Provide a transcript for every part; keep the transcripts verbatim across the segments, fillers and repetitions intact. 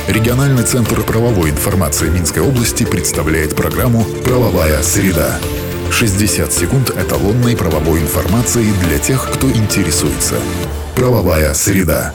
Региональный центр правовой информации Минской области представляет программу «Правовая среда». шестьдесят секунд эталонной правовой информации для тех, кто интересуется. «Правовая среда».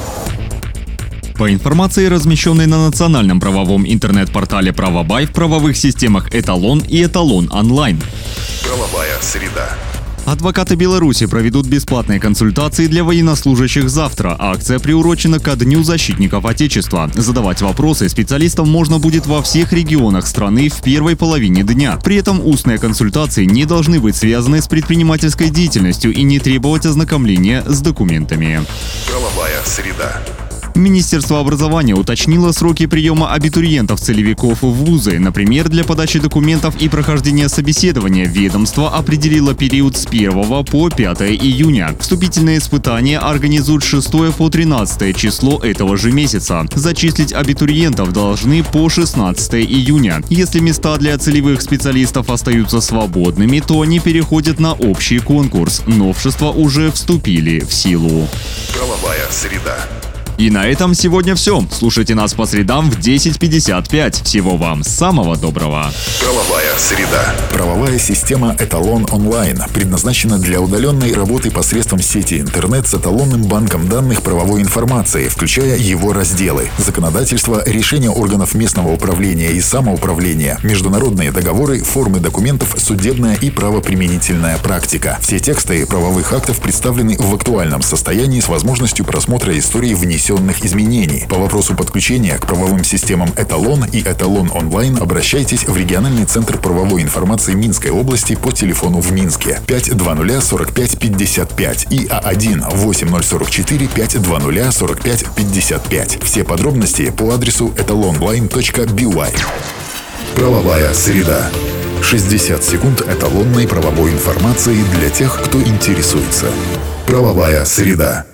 По информации, размещенной на национальном правовом интернет-портале «Правобай», в правовых системах «Эталон» и «Эталон онлайн». «Правовая среда». Адвокаты Беларуси проведут бесплатные консультации для военнослужащих завтра. Акция приурочена ко Дню защитников Отечества. Задавать вопросы специалистам можно будет во всех регионах страны в первой половине дня. При этом устные консультации не должны быть связаны с предпринимательской деятельностью и не требовать ознакомления с документами. «Правовая среда». Министерство образования уточнило сроки приема абитуриентов-целевиков в вузы. Например, для подачи документов и прохождения собеседования ведомство определило период с первого по пятое июня. Вступительные испытания организуют с шестого по тринадцатое число этого же месяца. Зачислить абитуриентов должны по шестнадцатое июня. Если места для целевых специалистов остаются свободными, то они переходят на общий конкурс. Новшества уже вступили в силу. «Правовая среда». И на этом сегодня все. Слушайте нас по средам в десять пятьдесят пять. Всего вам самого доброго. «Правовая среда». Правовая система «Эталон онлайн» предназначена для удаленной работы посредством сети интернет с эталонным банком данных правовой информации, включая его разделы: законодательство, решения органов местного управления и самоуправления, международные договоры, формы документов, судебная и правоприменительная практика. Все тексты правовых актов представлены в актуальном состоянии с возможностью просмотра истории внесенных изменений. По вопросу подключения к правовым системам «Эталон» и «Эталон онлайн» обращайтесь в региональный центр правовой информации Минской области по телефону в Минске пять двадцать сорок пять пятьдесят пять и А один восемь ноль сорок четыре пять двадцать сорок пять пятьдесят пять. Все подробности по адресу эталон онлайн точка би уай. «Правовая среда». шестьдесят секунд эталонной правовой информации для тех, кто интересуется. «Правовая среда».